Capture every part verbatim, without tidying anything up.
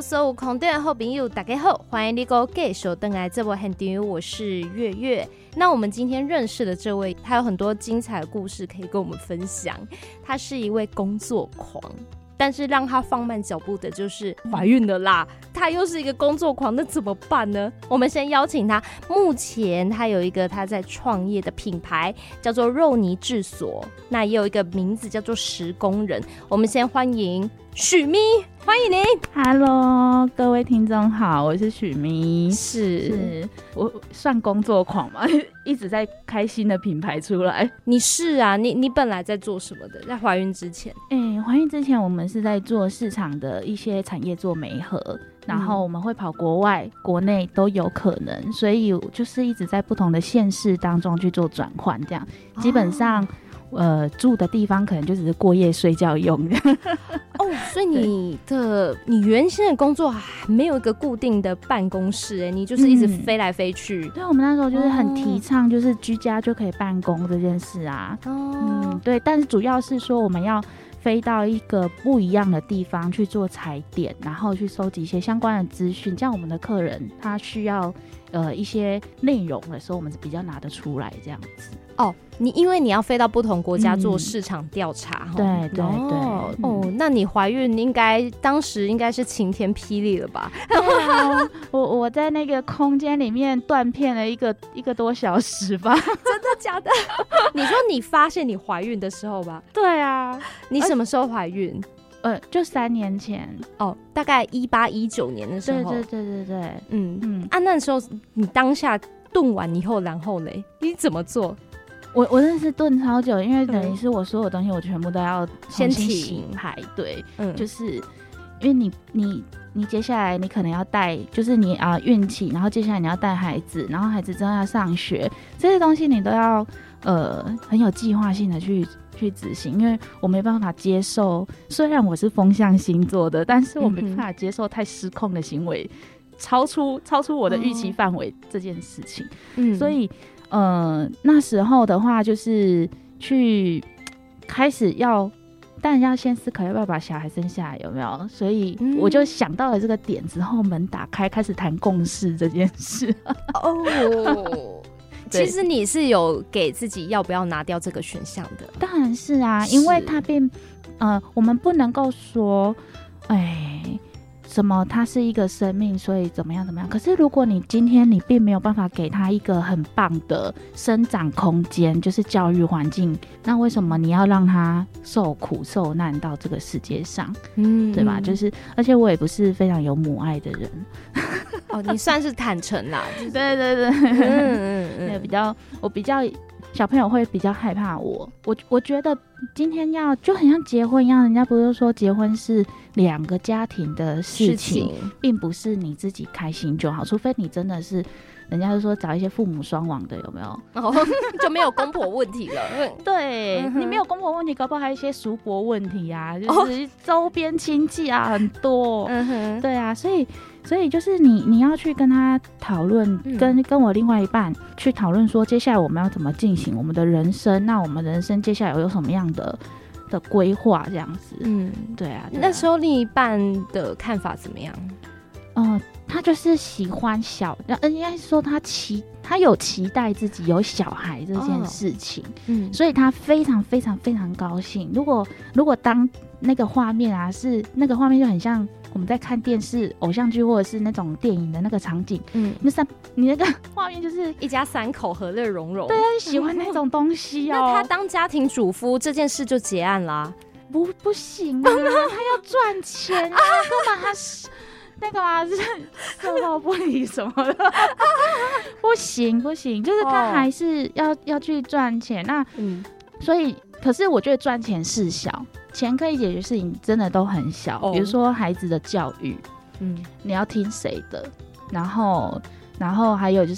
Hello， 所有空中的好朋友大家好，欢迎你给我继续回来这部现场，我是月月。那我们今天认识的这位，他有很多精彩的故事可以跟我们分享。他是一位工作狂，但是让他放慢脚步的就是怀孕了啦。他又是一个工作狂，那怎么办呢？我们先邀请他。目前他有一个他在创业的品牌，叫做肉泥制所，那也有一个名字叫做十工人。我们先欢迎许咪，欢迎您。 Hello， 各位听众好，我是许咪。 是, 是我算工作狂吗？一直在开新的品牌出来。 你是啊，你你本来在做什么的？在怀孕之前？ 哎、欸，怀孕之前我们是在做市场的一些产业做媒合，然后我们会跑国外、国内都有可能，所以就是一直在不同的县市当中去做转换，这样基本上。哦呃，住的地方可能就只是过夜睡觉用哦，所以你的你原先的工作还没有一个固定的办公室，哎，你就是一直飞来飞去。 对、嗯，我们那时候就是很提倡，就是居家就可以办公这件事啊。哦，嗯，对，但是主要是说我们要飞到一个不一样的地方去做踩点，然后去收集一些相关的资讯，这样我们的客人他需要呃一些内容的时候，我们是比较拿得出来这样子。 哦，你因为你要飞到不同国家做市场调查、嗯， 对对对。 哦，嗯、哦，那你怀孕应该当时应该是晴天霹雳了吧？ 对啊，我我在那个空间里面断片了一个一个多小时吧。 真的假的？你说你发现你怀孕的时候吧？ 对啊。 你什么时候怀孕？ 呃，就三年前哦，大概一八一九年的时候。 对对对对对， 嗯嗯。啊，那时候你当下炖完以后，然后呢，你怎么做？ 我我真的是炖超久，因为等于是我所有东西我全部都要重新洗牌，对，嗯，就是因为你你你接下来你可能要带，就是你啊孕期，然后接下来你要带孩子，然后孩子之后要上学，这些东西你都要呃很有计划性的去去执行，因为我没办法接受，虽然我是风象星座的，但是我没办法接受太失控的行为，嗯、超出超出我的预期范围这件事情，嗯，所以。呃，那时候的话就是去开始要，当然要先思考要不要把小孩生下来，有没有？所以我就想到了这个点之后，门打开，开始谈共识这件事。 哦，其实你是有给自己要不要拿掉这个选项的？ 当然是啊，因为它并呃，我们不能够说，哎。什么？它是一个生命，所以怎么样怎么样？可是如果你今天你并没有办法给他一个很棒的生长空间，就是教育环境，那为什么你要让他受苦受难到这个世界上？嗯，对吧？就是，而且我也不是非常有母爱的人。 哦，你算是坦诚啦。就是、 对对对，嗯嗯嗯，对，比较我比较。小朋友会比较害怕我，我我觉得今天要就很像结婚一样，人家不是说结婚是两个家庭的事情，事情并不是你自己开心就好，除非你真的是，人家就说找一些父母双亡的，有没有？ 哦，就没有公婆问题了。 对、嗯、你没有公婆问题，搞不好还有一些叔伯问题啊，就是周边亲戚啊很多。嗯哼，对啊，所以。所以就是你你要去跟他讨论，跟跟我另外一半去讨论说，接下来我们要怎么进行我们的人生？那我们人生接下来有什么样的的规划？这样子，嗯，对啊，对啊。 那时候另一半的看法怎么样？ 嗯、呃，他就是喜欢小，呃，应该是说他期他有期待自己有小孩这件事情，哦、嗯，所以他非常非常非常高兴。如果如果当那个画面啊，是那个画面就很像。我们在看电视偶像剧或者是那种电影的那个场景，嗯，那三你那个画面就是一家三口和乐融融， 对啊，喜欢那种东西哦。 那他当家庭主夫这件事就结案啦？ 不不行啊，他要赚钱啊，干嘛他是那个嘛是售后不理什么的，不行不行，就是他还是要、哦、要去赚钱。那嗯，所以可是我觉得赚钱事小。钱可以解决事情真的都很小，哦、比如说孩子的教育，嗯，你要听谁的，然后，然后还有就是，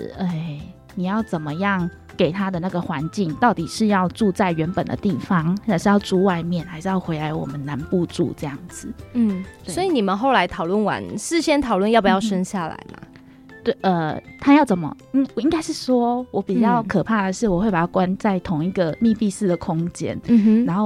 哎，你要怎么样给他的那个环境，到底是要住在原本的地方，还是要住外面，还是要回来我们南部住这样子？嗯， 所以你们后来讨论完，事先讨论要不要生下来嘛？嗯对，呃，他要怎么？嗯，应该是说，我比较可怕的是，我会把他关在同一个密闭式的空间，嗯哼，然后。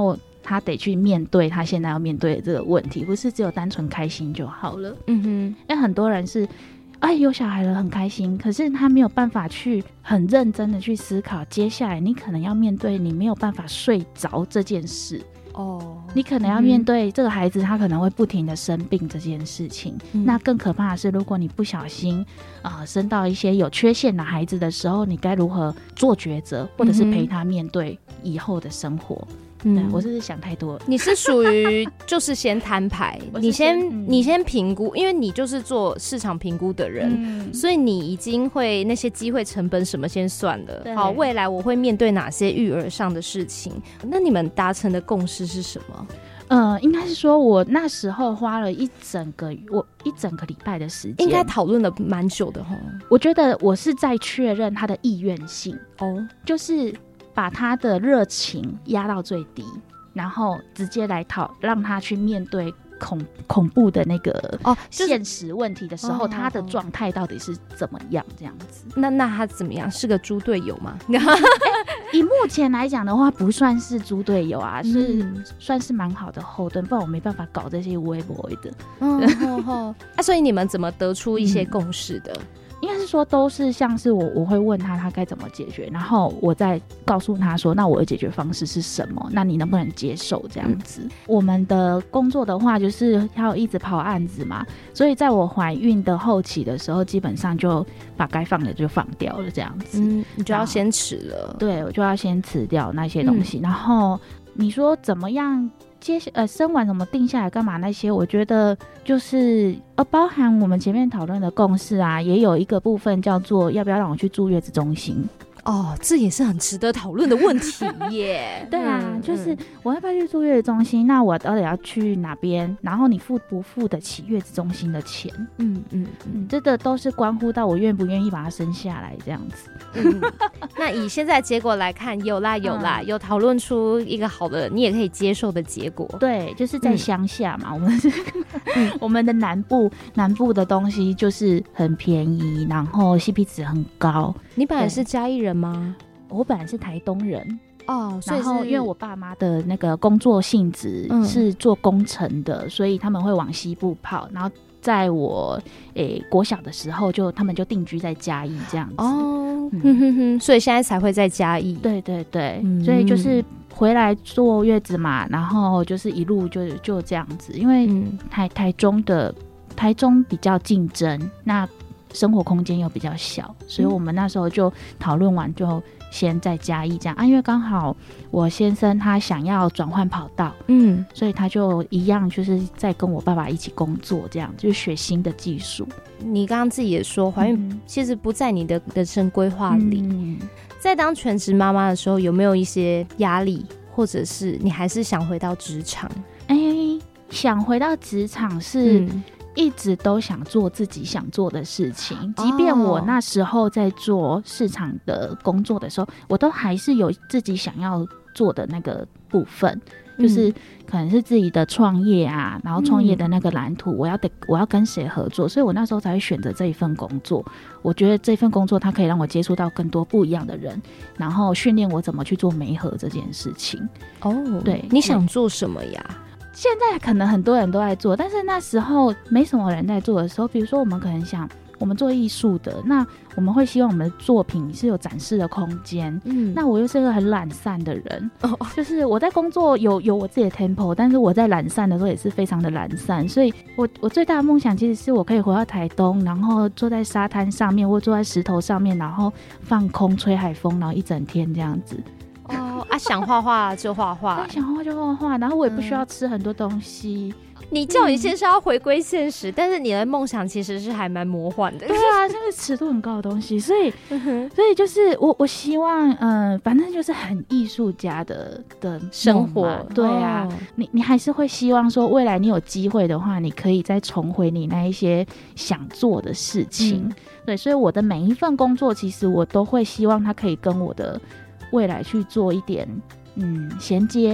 他得去面对他现在要面对的这个问题，不是只有单纯开心就好了。嗯哼，因为很多人是哎有小孩了很开心，可是他没有办法去很认真的去思考接下来你可能要面对你没有办法睡着这件事哦，你可能要面对这个孩子他可能会不停的生病这件事情、嗯、那更可怕的是如果你不小心、呃、生到一些有缺陷的孩子的时候，你该如何做抉择，或者是陪他面对以后的生活。嗯，我是不是想太多了？ 你是属于就是先摊牌，你先、嗯、你先评估，因为你就是做市场评估的人、嗯，所以你已经会那些机会成本什么先算了。好，未来我会面对哪些育儿上的事情？那你们达成的共识是什么？ 呃，应该是说我那时候花了一整个我一整个礼拜的时间， 应该讨论了蛮久的齁。 我觉得我是在确认他的意愿性哦，就是把他的热情压到最低，然后直接来讨让他去面对恐恐怖的那个哦现实问题的时候、哦、他的状态到底是怎么样这样子。 那那他怎么样？是个猪队友吗？ 欸、以目前来讲的话不算是猪队友啊、嗯、是算是蛮好的后盾，不然我没办法搞这些微博的。 嗯哦哦啊，所以你们怎么得出一些共识的？嗯， 应该是说都是像是我我会问他他该怎么解决，然后我再告诉他说那我的解决方式是什么，那你能不能接受这样子、嗯、我们的工作的话就是要一直跑案子嘛，所以在我怀孕的后期的时候基本上就把该放的就放掉了这样子。 嗯，你就要先辞了。 对，我就要先辞掉那些东西、嗯、然后你说怎么样接呃生完什么定下来干嘛那些，我觉得就是呃包含我们前面讨论的共识啊，也有一个部分叫做要不要让我去住月子中心。 哦，这也是很值得讨论的问题耶。 对啊、嗯，就是我要不要去住月子中心？那我到底要去哪边？然后你付不付得起月子中心的钱？嗯嗯嗯，这个都是关乎到我愿不愿意把它生下来这样子。 嗯，那以现在结果来看，有啦有啦，嗯、有讨论出一个好的，你也可以接受的结果。 对，就是在乡下嘛，嗯、我们是、嗯、我们的南部南部的东西就是很便宜，然后 C P 值很高。 你本来是嘉义人吗？ 我本来是台东人哦，所以然后因为我爸妈的那个工作性质是做工程的、嗯，所以他们会往西部跑，然后在我诶国小的时候就他们就定居在嘉义这样子哦、 嗯哼哼哼，所以现在才会在嘉义。 对对对、嗯，所以就是回来坐月子嘛，然后就是一路就就这样子，因为台台中的台中比较竞争，那生活空间又比较小，所以我们那时候就讨论完就先在嘉义这样啊，因为刚好我先生他想要转换跑道，嗯，所以他就一样就是在跟我爸爸一起工作，这样就是学新的技术。 你刚刚自己也说怀孕其实不在你的人生规划里、嗯、在当全职妈妈的时候有没有一些压力，或者是你还是想回到职场？ 哎、欸，想回到职场是、嗯一直都想做自己想做的事情，即便我那时候在做市场的工作的时候、哦、我都还是有自己想要做的那个部分、嗯、就是可能是自己的创业啊，然后创业的那个蓝图、嗯、我要得我要跟谁合作，所以我那时候才会选择这一份工作。我觉得这份工作它可以让我接触到更多不一样的人，然后训练我怎么去做媒合这件事情。哦，对， 你想做什么呀？ 现在可能很多人都在做，但是那时候没什么人在做的时候，比如说我们可能想我们做艺术的，那我们会希望我们的作品是有展示的空间。嗯，那我又是一个很懒散的人、哦、就是我在工作有有我自己的 tempo， 但是我在懒散的时候也是非常的懒散，所以我我最大的梦想其实是我可以回到台东，然后坐在沙滩上面或坐在石头上面，然后放空吹海风，然后一整天这样子。 哦啊，想画画就画画， 想画画就画画，然后我也不需要吃很多东西。 嗯、你叫你先是要回归现实、嗯，但是你的梦想其实是还蛮魔幻的。 对啊，这是尺度很高的东西，所以，嗯、所以就是我我希望，嗯、呃，反正就是很艺术家的的生活。 对啊，哦、你你还是会希望说，未来你有机会的话，你可以再重回你那一些想做的事情。嗯、对，所以我的每一份工作，其实我都会希望它可以跟我的未来去做一点嗯衔接，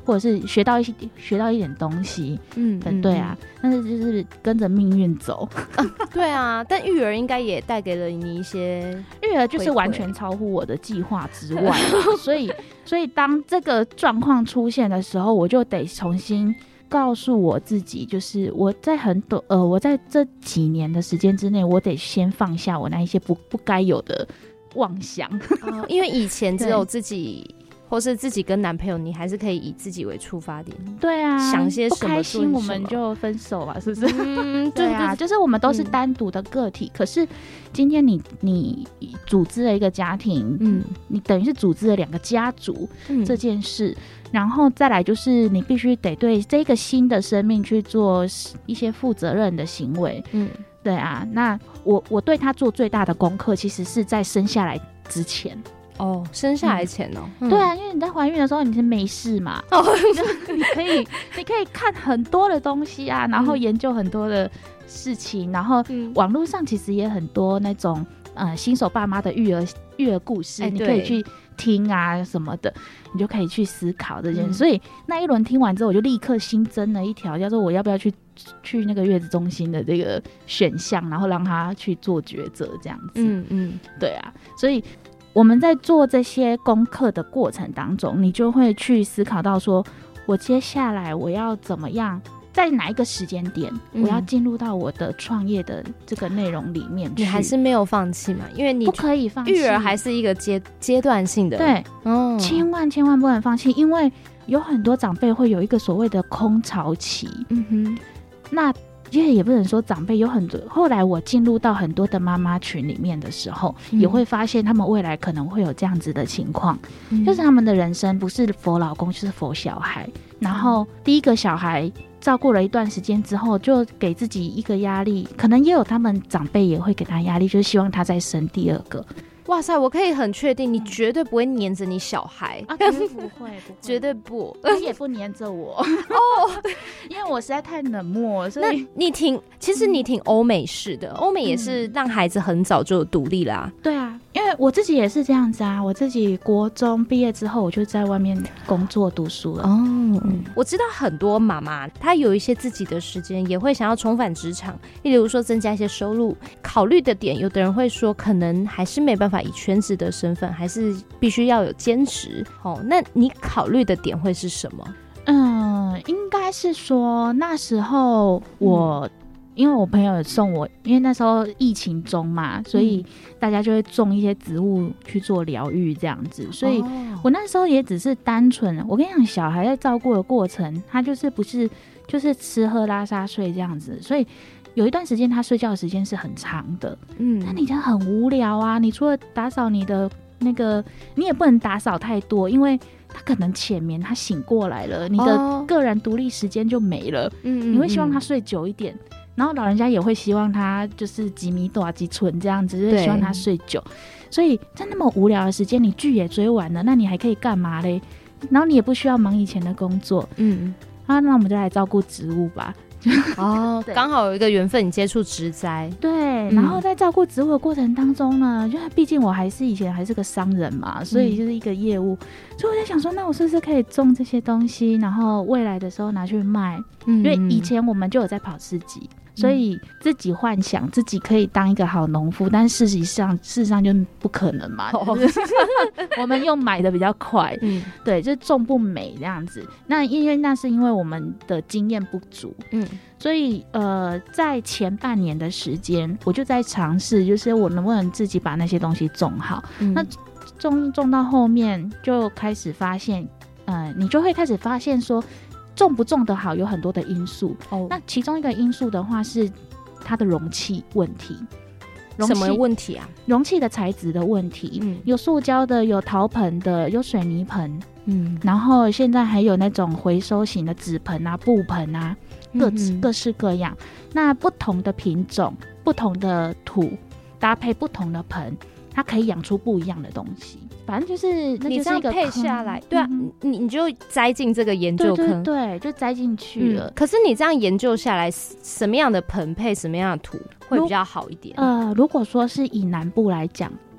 或者是学到一些学到一点东西，嗯，对啊，但是就是跟着命运走， 嗯，对啊，但育儿应该也带给了你一些， 育儿就是完全超乎我的计划之外所以所以当这个状况出现的时候，我就得重新告诉我自己，就是我在很多呃，我在这几年的时间之内，我得先放下我那一些不不该有的妄想， 哦，因为以前只有自己。或是自己跟男朋友，你还是可以以自己为出发点。 对啊， 想些什么不开心我们就分手吧，是不是？ 嗯， 对啊，就是我们都是单独的个体。嗯、可是今天你你组织了一个家庭，嗯，你等于是组织了两个家族、嗯、这件事，然后再来就是你必须得对这个新的生命去做一些负责任的行为。嗯，对啊，那我我对他做最大的功课，其实是在生下来之前。 哦，生下来前哦、 嗯嗯，对啊，因为你在怀孕的时候你是没事嘛，哦，你可以你可以看很多的东西啊，然后研究很多的事情，嗯、然后网络上其实也很多那种呃新手爸妈的育儿育儿故事，你可以去听啊什么的，你就可以去思考这件事。嗯、所以那一轮听完之后，我就立刻新增了一条，叫做我要不要去去那个月子中心的这个选项，然后让他去做抉择这样子。嗯嗯，对啊，所以。我们在做这些功课的过程当中，你就会去思考到说，我接下来我要怎么样，在哪一个时间点，嗯、我要进入到我的创业的这个内容里面去。 你还是没有放弃嘛？因为你不可以放弃， 育儿还是一个阶阶段性的。 对，哦，千万千万不能放弃，因为有很多长辈会有一个所谓的空巢期。嗯哼，那。其实也不能说长辈有很多，后来我进入到很多的妈妈群里面的时候、嗯、也会发现他们未来可能会有这样子的情况、嗯、就是他们的人生不是佛老公就是佛小孩，然后第一个小孩照顾了一段时间之后就给自己一个压力，可能也有他们长辈也会给他压力，就是希望他再生第二个。 哇塞，我可以很确定你绝对不会黏着你小孩啊，绝对不会，不会绝对不， 他也不黏着我哦，因为我实在太冷漠，所以那你挺，其实你挺欧美式的，欧美也是让孩子很早就独立啦、 嗯。对啊，因为我自己也是这样子啊，我自己国中毕业之后我就在外面工作读书了。哦， 嗯、我知道很多妈妈她有一些自己的时间，也会想要重返职场，例如说增加一些收入，考虑的点，有的人会说可能还是没办法以全职的身份，还是必须要有兼职。哦，那你考虑的点会是什么？ 嗯，应该是说那时候我、嗯、因为我朋友送我，因为那时候疫情中嘛，所以大家就会种一些植物去做疗愈这样子，所以我那时候也只是单纯，我跟你讲，小孩在照顾的过程，他就是不是就是吃喝拉撒睡这样子，所以有一段时间他睡觉的时间是很长的，嗯，那你真的很无聊啊，你除了打扫你的那个，你也不能打扫太多，因为他可能浅眠，他醒过来了，你的个人独立时间就没了，嗯、你会希望他睡久一点，然后老人家也会希望他就是几米多几寸这样子，就是希望他睡久，所以在那么无聊的时间，你剧也追完了，那你还可以干嘛嘞？然后你也不需要忙以前的工作，嗯，啊，那我们就来照顾植物吧。 哦，刚好有一个缘分，你接触植栽， 对、嗯，然后在照顾植物的过程当中呢，就毕竟我还是以前还是个商人嘛，所以就是一个业务，嗯、所以我在想说，那我是不是可以种这些东西，然后未来的时候拿去卖？嗯，因为以前我们就有在跑市集。所以自己幻想自己可以当一个好农夫，但事实上事实上就不可能嘛。哦、我们用买的比较快，嗯，对，就种不美这样子。那因为那是因为我们的经验不足，嗯，所以呃，在前半年的时间，我就在尝试，就是我能不能自己把那些东西种好。嗯、那种种到后面就开始发现，呃，你就会开始发现说。种不种得好有很多的因素、哦、那其中一个因素的话是它的容器问题。 什么问题啊？ 容器的材质的问题、嗯、有塑胶的，有陶盆的，有水泥盆，嗯，然后现在还有那种回收型的纸盆啊、布盆啊，各、嗯、各式各样。那不同的品种、不同的土搭配不同的盆，它可以养出不一样的东西。反正就是那就是一个你这样配下来，对啊，嗯、你你就栽进这个研究坑， 对对对，就栽进去了、 嗯。可是你这样研究下来，什么样的盆配什么样的土会比较好一点？ 呃，如果说是以南部来讲，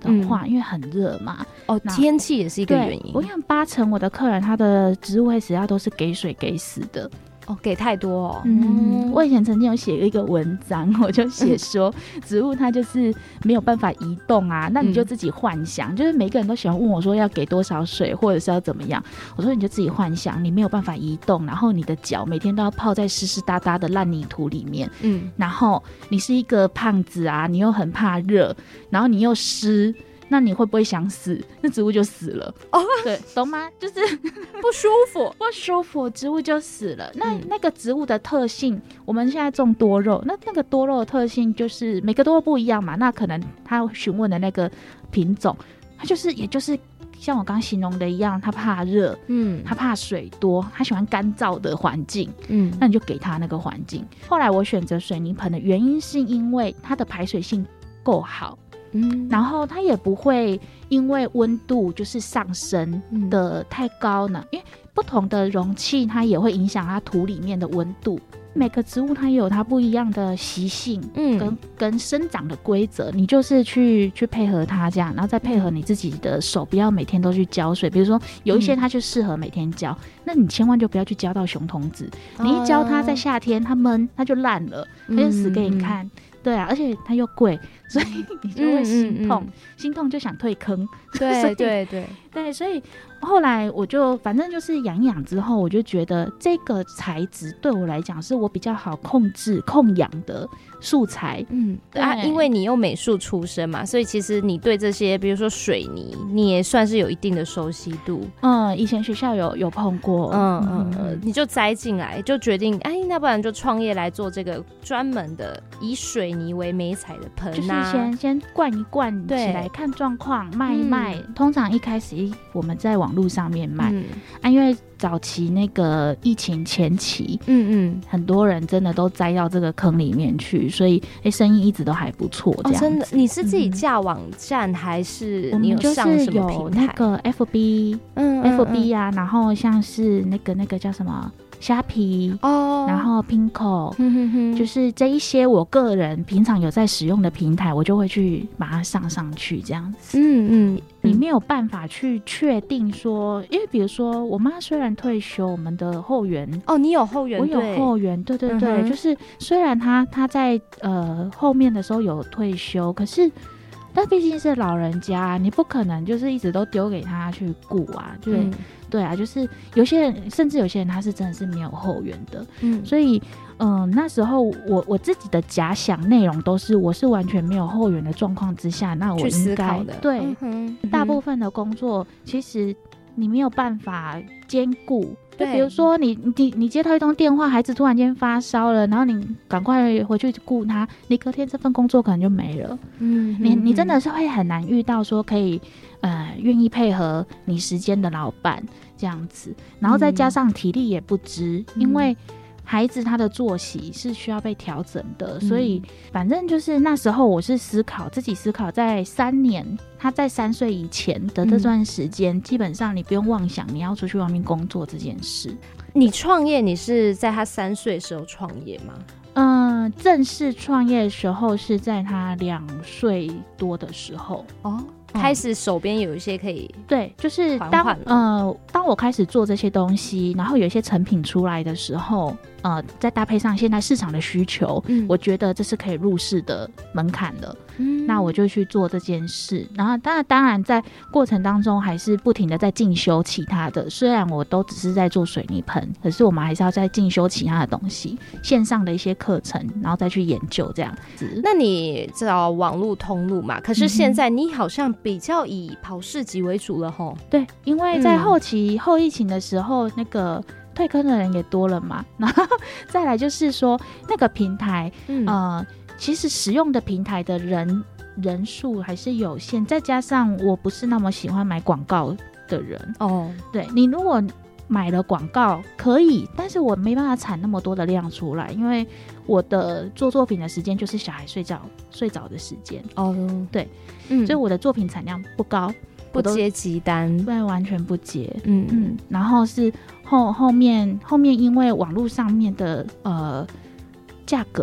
的话，嗯、因为很热嘛， 哦，天气也是一个原因。 我想八成我的客人他的植物会死掉都是给水给死的。 哦，给太多哦。 嗯，我以前曾经有写一个文章，我就写说植物它就是没有办法移动啊，那你就自己幻想，嗯、就是每个人都喜欢问我说要给多少水，或者是要怎么样。我说你就自己幻想，你没有办法移动，然后你的脚每天都要泡在湿湿哒哒的烂泥土里面，嗯，然后你是一个胖子啊，你又很怕热，然后你又湿。那你会不会想死？那植物就死了哦，对，懂吗？就是不舒服， 不舒服，植物就死了。那、嗯、那个植物的特性，我们现在种多肉，那那个多肉的特性就是每个多肉不一样嘛。那可能他询问的那个品种，它就是也就是像我刚形容的一样，它怕热，嗯，它怕水多，它喜欢干燥的环境，嗯，那你就给它那个环境。后来我选择水泥盆的原因，是因为它的排水性够好。嗯，然后它也不会因为温度就是上升的太高呢，嗯、因为不同的容器它也会影响它土里面的温度。每个植物它也有它不一样的习性，嗯，跟跟生长的规则，你就是去去配合它这样，然后再配合你自己的手，不要每天都去浇水。比如说有一些它就适合每天浇，嗯、那你千万就不要去浇到熊童子，哦、你一浇它在夏天它闷它就烂了，它就死给你看。嗯对啊，而且它又贵，所以你就会心痛，嗯嗯嗯心痛就想退坑。 对对对对，所以后来我就反正就是养一养之后，我就觉得这个材质对我来讲是我比较好控制控养的素材。 嗯啊，因为你又美术出身嘛，所以其实你对这些比如说水泥你也算是有一定的熟悉度。 嗯，以前学校有有碰过。嗯嗯嗯，你就栽进来就决定哎，那不然就创业来做这个专门的以水泥为媒材的盆啊， 就是先先灌一灌起来看状况，卖一卖、嗯、通常一开始我们在网络上面卖、嗯、啊，因为早期那个疫情前期，嗯嗯，很多人真的都栽到这个坑里面去，所以哎，生意一直都还不错。这样子、哦、真的， 你是自己架网站、嗯、还是你有上什么平台？ 我们就是有那个 F B， 嗯, 嗯, 嗯 F B 啊，然后像是那个那个叫什么？虾皮哦，然后 Pinko，、嗯、就是这一些我个人平常有在使用的平台，我就会去把它上上去这样子。嗯嗯，你没有办法去确定说，因为比如说我妈虽然退休，我们的后援哦，你有后援， 我有后援，对对对，嗯、就是虽然她她在呃后面的时候有退休，可是。但毕竟是老人家，你不可能就是一直都丢给他去顾啊，对、嗯、对啊，就是有些人，甚至有些人他是真的是没有后援的，嗯，所以嗯、呃，那时候我我自己的假想内容都是我是完全没有后援的状况之下，那我应该对、嗯嗯、大部分的工作其实你没有办法兼顾。就比如说你你你接到一通电话，孩子突然间发烧了，然后你赶快回去顾他，你隔天这份工作可能就没了。嗯，你你真的是会很难遇到说可以呃愿意配合你时间的老板这样子，然后再加上体力也不支，嗯、因为孩子他的作息是需要被调整的，嗯、所以反正就是那时候我是思考自己思考，在三年他在三岁以前的这段时间，嗯、基本上你不用妄想你要出去外面工作这件事。 你创业，你是在他三岁的时候创业吗？ 嗯，正式创业的时候是在他两岁多的时候哦。 开始手边有一些可以对，就是当呃当我开始做这些东西，然后有一些成品出来的时候，呃，再搭配上现在市场的需求，嗯，我觉得这是可以入市的门槛了，嗯，那我就去做这件事。然后当然当然在过程当中还是不停的在进修其他的，虽然我都只是在做水泥盆，可是我们还是要在进修其他的东西，线上的一些课程，然后再去研究这样子。 那你找网络通路嘛？可是现在你好像比较以跑市集为主了吼。 对，因为在后期、嗯、后疫情的时候，那个退坑的人也多了嘛，然后再来就是说那个平台、嗯、呃，其实使用的平台的人人数还是有限，再加上我不是那么喜欢买广告的人哦。对，你如果买了广告可以，但是我没办法产那么多的量出来，因为我的做作品的时间就是小孩睡觉睡着的时间哦。对，嗯，所以我的作品产量不高， 不接急单， 对，完全不接。嗯嗯，然后是后后面后面因为网络上面的呃价格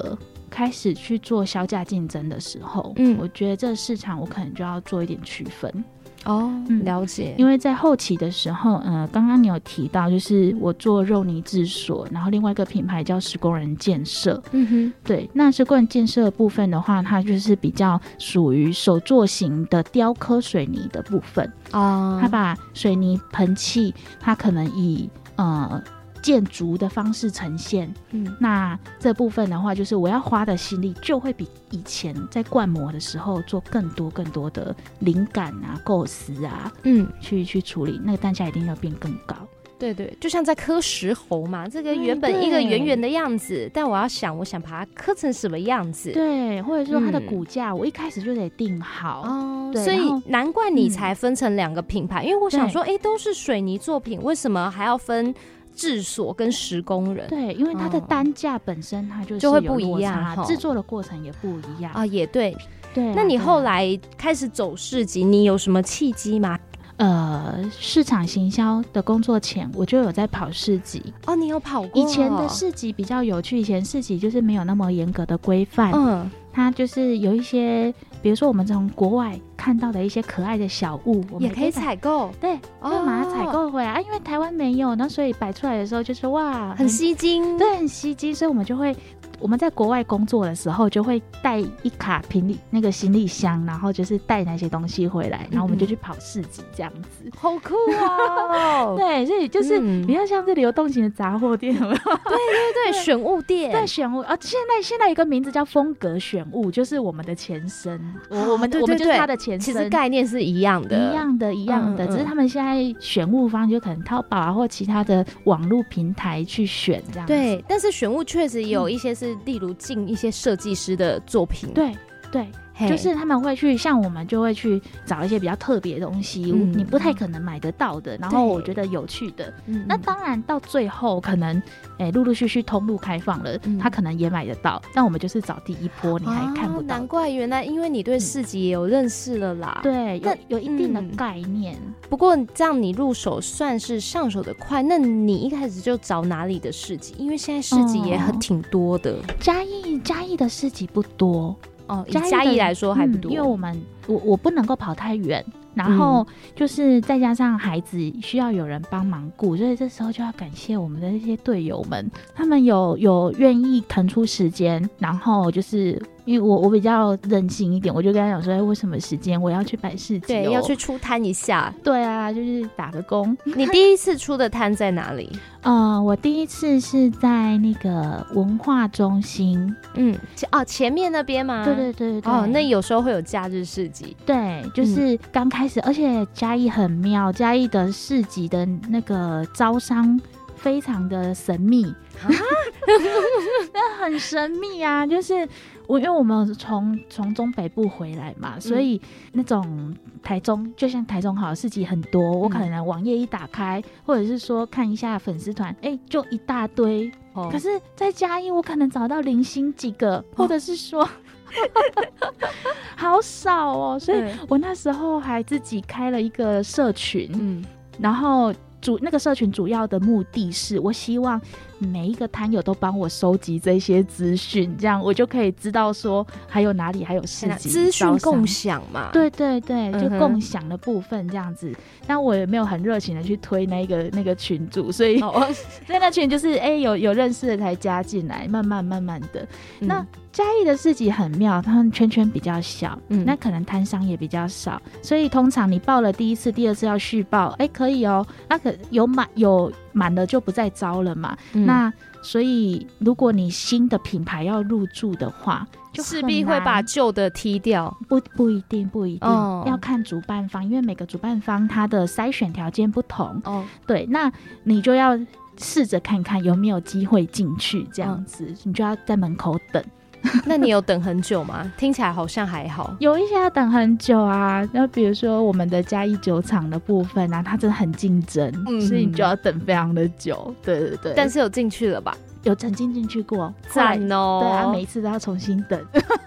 开始去做销价竞争的时候，嗯，我觉得这个市场我可能就要做一点区分。 哦、嗯，了解。 因为在后期的时候，呃，刚刚你有提到，就是我做肉泥制所，然后另外一个品牌叫石工人建设。嗯哼，对，那石工人建设的部分的话，它就是比较属于手作型的雕刻水泥的部分啊。它把水泥盆器，它可能以呃。建筑的方式呈现，嗯，那这部分的话，就是我要花的心力就会比以前在灌模的时候做更多更多的灵感啊、构思啊，嗯，去去处理，那个单价一定要变更高。 对对，就像在刻石猴嘛，这个原本一个圆圆的样子，但我要想，我想把它刻成什么样子？ 对，或者说它的骨架，嗯、我一开始就得定好。哦， 所以难怪你才分成两个品牌，嗯、因为我想说，哎，都是水泥作品，为什么还要分？制所跟石工人， 对，因为它的单价本身它就是就会不一样， 制作的过程也不一样啊，也对，对、啊。那你后来开始走市集，你有什么契机吗？ 呃，市场行销的工作前，我就有在跑市集。 哦，你有跑过？ 以前的市集比较有趣，以前市集就是没有那么严格的规范，嗯，它就是有一些，比如说我们从国外看到的一些可爱的小物，我们也可以采购， 对，就把它采购回来、哦、啊，因为台湾没有，那所以摆出来的时候就是哇， 很吸睛， 对，很吸睛，所以我们就会。我们在国外工作的时候，就会带一卡行李那个行李箱，然后就是带那些东西回来，然后我们就去跑市集这样子，嗯、 好酷哦！ 对，所以就是比较像是流动型的杂货店，有没有？对对对，选物店， 对选物啊！现在现在有一个名字叫风格选物，就是我们的前身，我、哦、我们我们就是它的前身， 其实概念是一样的， 一样的，一样的，嗯嗯，只是他们现在选物方就可能淘宝啊或其他的网络平台去选这样子。 对，但是选物确实有一些是。例如进一些设计师的作品， 对对，就是他们会去，像我们就会去找一些比较特别的东西，嗯、你不太可能买得到的，然后我觉得有趣的。嗯、那当然到最后可能，哎，陆陆续续通路开放了，嗯、他可能也买得到，但我们就是找第一波，你还看不到。 哦、难怪原来因为你对市集也有认识了啦， 嗯、对，有有一定的概念。 嗯、不过这样你入手算是上手的快，那你一开始就找哪里的市集？因为现在市集也很挺多的， 哦、嘉义嘉义的市集不多。 哦，以嘉义来说还不多， 嗯、因为我们我我不能够跑太远，然后就是再加上孩子需要有人帮忙顾，所以这时候就要感谢我们的这些队友们，他们有有愿意腾出时间，然后就是因为我我比较任性一点，我就跟他讲说，哎，为什么时间我要去摆市集、哦？ 对，要去出摊一下。 对啊，就是打个工。 你第一次出的摊在哪里？ 呃，我第一次是在那个文化中心， 嗯，哦，前面那边吗？ 对对对对。 哦，那有时候会有假日市集。 对，就是刚开始，嗯、而且嘉义很妙，嘉义的市集的那个招商非常的神秘啊，那很神秘啊，就是我因为我们从从中北部回来嘛，嗯、所以那种台中就像台中好市集很多，我可能网页一打开，或者是说看一下粉丝团，哎，就一大堆。哦、可是，在嘉义我可能找到零星几个，哦、或者是说。好少哦，所以我那时候还自己开了一个社群，嗯，然后主那个社群主要的目的是我希望每一个摊友都帮我收集这些资讯，这样我就可以知道说还有哪里还有市集， 资讯共享嘛， 对对对，就共享的部分这样子。嗯、但我也没有很热情的去推那个那个群组，所以、哦、所以那群就是哎、欸、有有认识的才加进来，慢慢慢慢的。嗯、那嘉义的市集很妙，他们圈圈比较小，嗯，那可能摊商也比较少，所以通常你报了第一次、第二次要续报，哎、欸，可以哦，那可有满有满了就不再招了嘛，嗯、那所以如果你新的品牌要入驻的话，就势必会把旧的踢掉， 不不一定不一定、哦，要看主办方，因为每个主办方他的筛选条件不同，哦，对，那你就要试着看看有没有机会进去，这样子，哦、你就要在门口等。 那你有等很久吗？听起来好像还好。 有一些要等很久啊，那比如说我们的嘉义酒厂的部分啊，它真的很竞争，嗯、所以你就要等非常的久。对对对。 但是有进去了吧？ 有曾经进去过， 赞哦。 对啊，每一次都要重新等。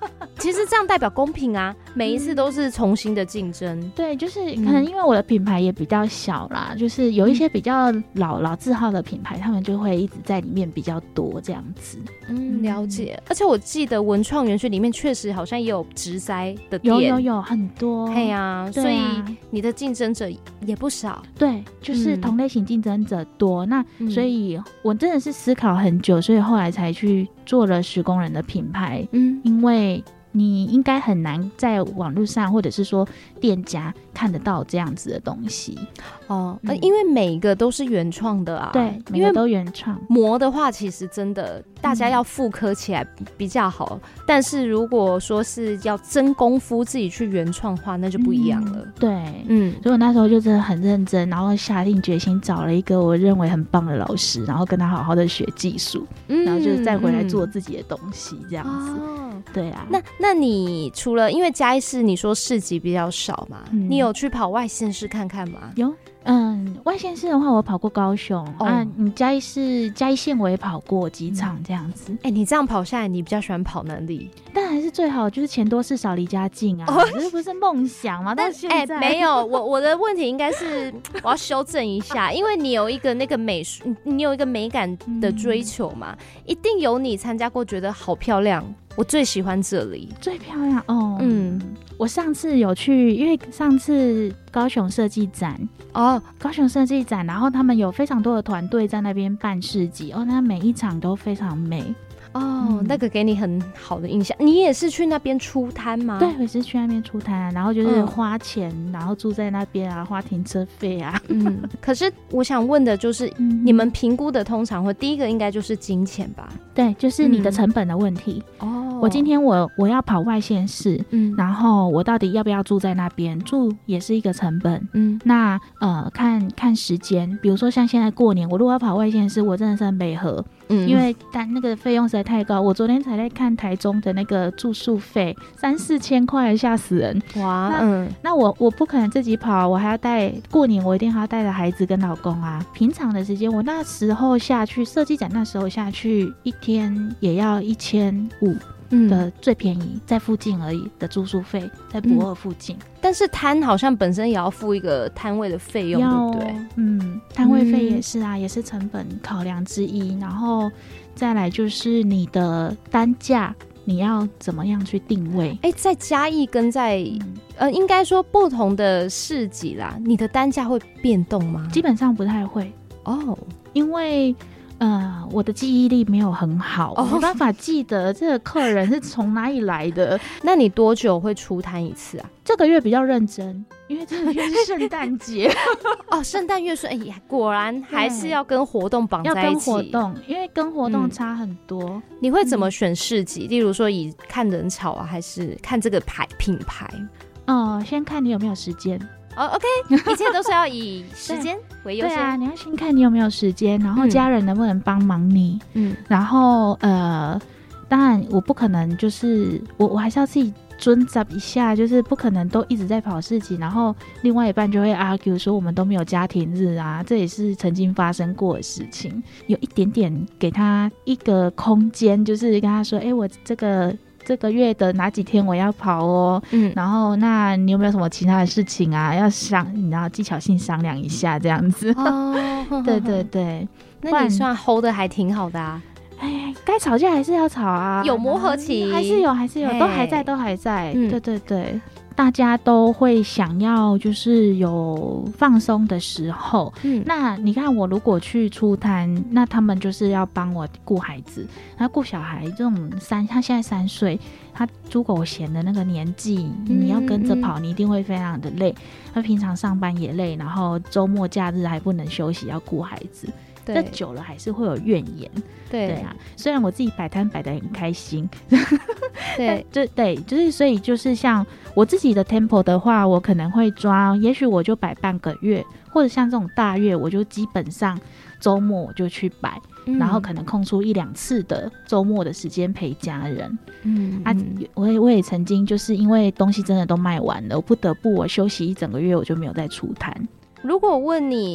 其实这样代表公平啊，每一次都是重新的竞争、嗯、 对，就是可能因为我的品牌也比较小啦、嗯、就是有一些比较老、嗯、老字号的品牌，他们就会一直在里面比较多这样子。 嗯，了解。而且我记得文创园区里面确实好像也有植栽的店， 有有有很多。 对啊，所以你的竞争者也不少。 对，就是同类型竞争者多、嗯、那所以我真的是思考很久，所以后来才去做了十工人的品牌。嗯，因为你应该很难在网络上或者是说店家看得到这样子的东西哦、嗯呃，因为每个都是原创的啊， 对，每个都原创。 模的话，其实真的大家要复刻起来比较好、嗯，但是如果说是要真功夫自己去原创的话，那就不一样了。嗯、 对，嗯，所以我那时候就真的很认真，然后下定决心找了一个我认为很棒的老师，然后跟他好好的学技术、嗯，然后就是再回来做自己的东西，这样子。哦对啊， 那那你除了因为嘉义市你说市集比较少嘛、嗯，你有去跑外县市看看吗？ 有，嗯，外县市的话我跑过高雄、哦、啊，你嘉义市嘉义县我也跑过几场这样子。 哎、嗯欸，你这样跑下来，你比较喜欢跑哪里？ 当然是最好就是钱多事少离家近啊，哦、这不是梦想吗？到现在、 欸、没有，我我的问题应该是我要修正一下，因为你有一个那个美术，你有一个美感的追求嘛，嗯、一定有你参加过觉得好漂亮。我最喜欢这里， 最漂亮哦。嗯，我上次有去，因为上次高雄设计展哦，高雄设计展，然后他们有非常多的团队在那边办市集哦，那每一场都非常美。 哦、嗯，那个给你很好的印象。你也是去那边出摊吗？ 对，我是去那边出摊，然后就是花钱、嗯，然后住在那边啊，花停车费啊。 嗯，可是我想问的就是，嗯、你们评估的通常会第一个应该就是金钱吧？ 对，就是你的成本的问题。哦、嗯，我今天我我要跑外县市，嗯，然后我到底要不要住在那边？住也是一个成本。嗯，那呃，看看时间，比如说像现在过年，我如果要跑外县市，我真的是很美和。嗯，因为但那个费用实在太高，我昨天才在看台中的那个住宿费，三四千块，吓死人！哇，那嗯，那我我不可能自己跑，我还要带过年，我一定还要带着孩子跟老公啊。平常的时间，我那时候下去设计展，那时候下去一天也要一千五的最便宜，在附近而已的住宿费，在博尔附近。嗯， 但是摊好像本身也要付一个摊位的费用，对不对？ 嗯，摊位费也是啊、嗯，也是成本考量之一。然后再来就是你的单价，你要怎么样去定位？ 哎，在嘉义跟在、嗯、呃，应该说不同的市集啦，你的单价会变动吗？ 基本上不太会哦，因为。呃，我的记忆力没有很好，哦、没办法记得这个客人是从哪里来的。 那你多久会出摊一次啊？ 这个月比较认真，因为这个月是圣诞节哦，圣诞月是哎呀，果然还是要跟活动绑在一起。 要跟活动，因为跟活动差很多。嗯、 你会怎么选市集？嗯、例如说以看人潮啊，还是看这个牌品牌？ 哦、呃，先看你有没有时间。 哦、oh, ，OK， 一切都是要以时间为优先。 对啊，你要先看你有没有时间，然后家人能不能帮忙你。嗯，然后呃，当然我不可能就是我我还是要自己遵守一下，就是不可能都一直在跑市集，然后另外一半就会 argue 说我们都没有家庭日啊，这也是曾经发生过的事情。有一点点给他一个空间，就是跟他说，哎、欸，我这个。这个月的哪几天我要跑哦，嗯，然后那你有没有什么其他的事情啊？要商，你要技巧性商量一下这样子。哦，对对对， 那你算 hold 的还挺好的啊。 哎，该吵架还是要吵啊， 有磨合期， 还是有，还是有，都还在，都还在。嗯、对对对。大家都会想要就是有放松的时候，嗯，那你看我如果去出摊，那他们就是要帮我顾孩子，那顾小孩这种三，他现在三岁，他猪狗嫌的那个年纪，嗯，你要跟着跑，你一定会非常的累。他平常上班也累，然后周末假日还不能休息，要顾孩子。这久了还是会有怨言，对对啊。虽然我自己摆摊摆得很开心，对，就对，就是所以就是像我自己的 tempo 的话，我可能会抓，也许我就摆半个月，或者像这种大月，我就基本上周末我就去摆，嗯，然后可能空出一两次的周末的时间陪家人。嗯啊，我也我也曾经就是因为东西真的都卖完了，我不得不我休息一整个月，我就没有再出摊。 如果问你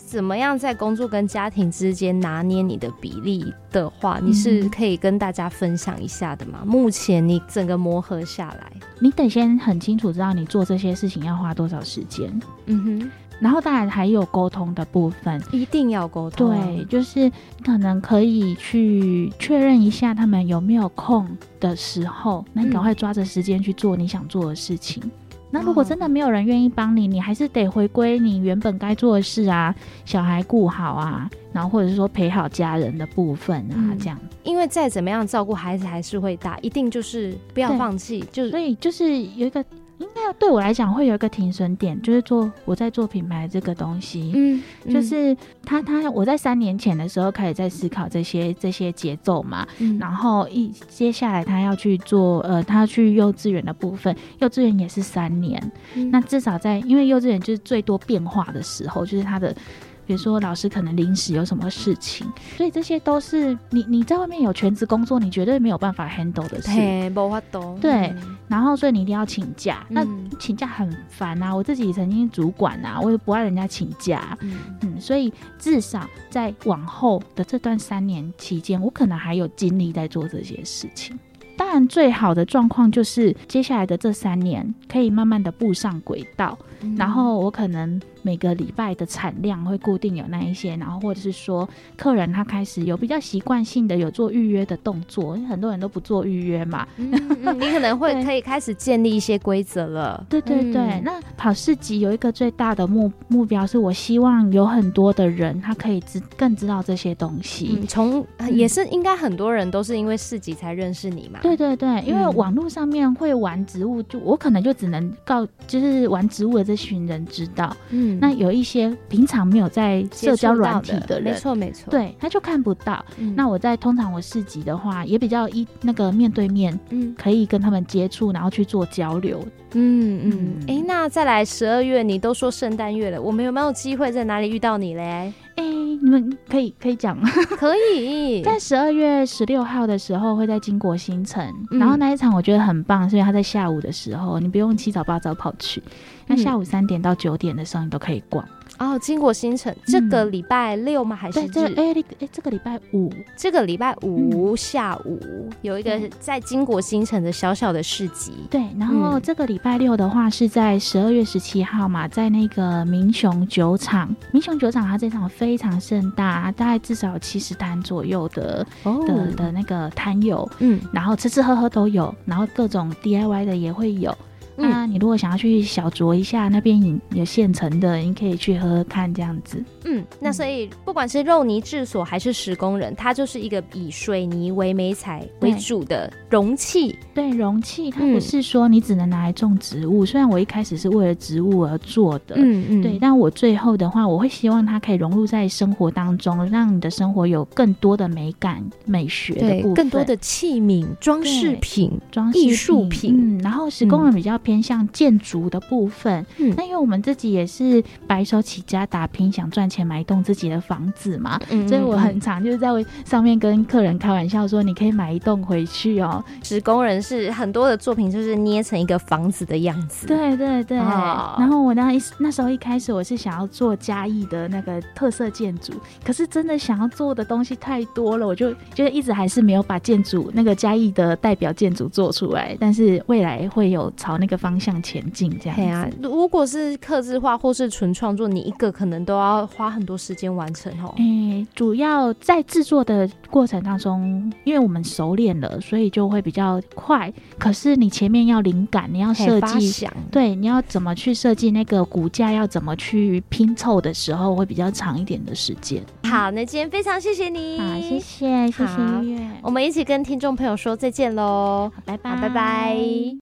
怎么样在工作跟家庭之间拿捏你的比例的话，你是可以跟大家分享一下的吗？目前你整个磨合下来， 你得先很清楚知道你做这些事情要花多少时间。嗯哼。然后当然还有沟通的部分， 一定要沟通。 对，就是可能可以去确认一下他们有没有空的时候，那你赶快抓着时间去做你想做的事情。嗯，那如果真的没有人愿意帮你，你还是得回归你原本该做的事啊，小孩顾好啊，然后或者是说陪好家人的部分啊，嗯，这样。 因为再怎么样照顾孩子还是会大，一定就是不要放弃。就所以就是有一个。应该对我来讲会有一个停损点，就是做我在做品牌这个东西，嗯，就是他他我在三年前的时候开始在思考这些这些节奏嘛，嗯，然后一接下来他要去做呃他要去幼稚园的部分，幼稚园也是三年，嗯，那至少在因为幼稚园就是最多变化的时候，就是他的。比如说老师可能临时有什么事情，所以这些都是你你在外面有全职工作，你绝对没有办法 handle 的事。 嘿，没法懂。 对，嗯，然后所以你一定要请假，嗯，那请假很烦啊。我自己曾经主管啊，我也不爱人家请假，嗯嗯，所以至少在往后的这段三年期间，我可能还有精力在做这些事情。当然最好的状况就是接下来的这三年可以慢慢的步上轨道，嗯，然后我可能每个礼拜的产量会固定有那一些，然后或者是说客人他开始有比较习惯性的有做预约的动作，很多人都不做预约嘛， 嗯嗯，你可能会可以开始建立一些规则了。 对对对，嗯，那跑市集有一个最大的目目标是我希望有很多的人他可以知更知道这些东西， 从，嗯，也是应该很多人都是因为市集才认识你嘛。 对对对，因为网络上面会玩植物，就我可能就只能告就是玩植物的这群人知道，嗯，那有一些平常没有在社交软体的人， 没错没错， 对，他就看不到，嗯，那我在通常我市集的话也比较一那个面对面，嗯，可以跟他们接触，然后去做交流。 嗯嗯，哎，欸，那再来十二月，你都说圣诞月了，我们有没有机会在哪里遇到你嘞？ 哎，欸，你们可以可以讲吗？ 可以，在十二月十六号的时候会在金国新城，嗯，然后那一场我觉得很棒，所以他在下午的时候，你不用七早八早跑去，那下午三点到九点的时候你都可以逛。 哦，金国新城，这个礼拜六吗？还是对，这哎哎，这个礼拜五， 这个礼拜五下午，嗯，有一个在金国新城的小小的市集。 对，然后这个礼拜六的话是在十二月十七号嘛，在那个民雄酒厂。民雄酒厂它这场非常盛大，大概至少有七十摊左右的，哦，的的那个摊友，嗯，然后吃吃喝喝都有，然后各种 D I Y 的也会有。那你如果想要去小酌一下，那边有现成的，你可以去喝喝看这样子。 嗯，那所以不管是肉泥制所还是十工人，它就是一个以水泥为媒材为主的容器。 对，容器它不是说你只能拿来种植物，嗯，虽然我一开始是为了植物而做的，嗯嗯，对，但我最后的话，我会希望它可以融入在生活当中，让你的生活有更多的美感、美学的部分， 更多的器皿、装饰品、装艺术品。 嗯，然后十工人比较偏向建筑的部分，嗯，那因为我们自己也是白手起家打拼，想赚钱买一栋自己的房子嘛，嗯，所以我很常就是在上面跟客人开玩笑说，你可以买一栋回去哦。 十工人是很多的作品就是捏成一个房子的样子， 对对对。哦，然后我那一那时候一开始我是想要做嘉义的那个特色建筑，可是真的想要做的东西太多了，我就觉得一直还是没有把建筑那个嘉义的代表建筑做出来，但是未来会有朝那个方向前进这样子。对啊， 如果是客制化或是纯创作，你一个可能都要花很多时间完成哦。 欸，主要在制作的过程当中，因为我们熟练了，所以就会比较快。可是你前面要灵感，你要设计，对，你要怎么去设计那个骨架，要怎么去拼凑的时候，会比较长一点的时间。 好，那今天非常谢谢你， 好，谢谢，谢谢音乐， 我们一起跟听众朋友说再见喽， 拜拜， 拜拜。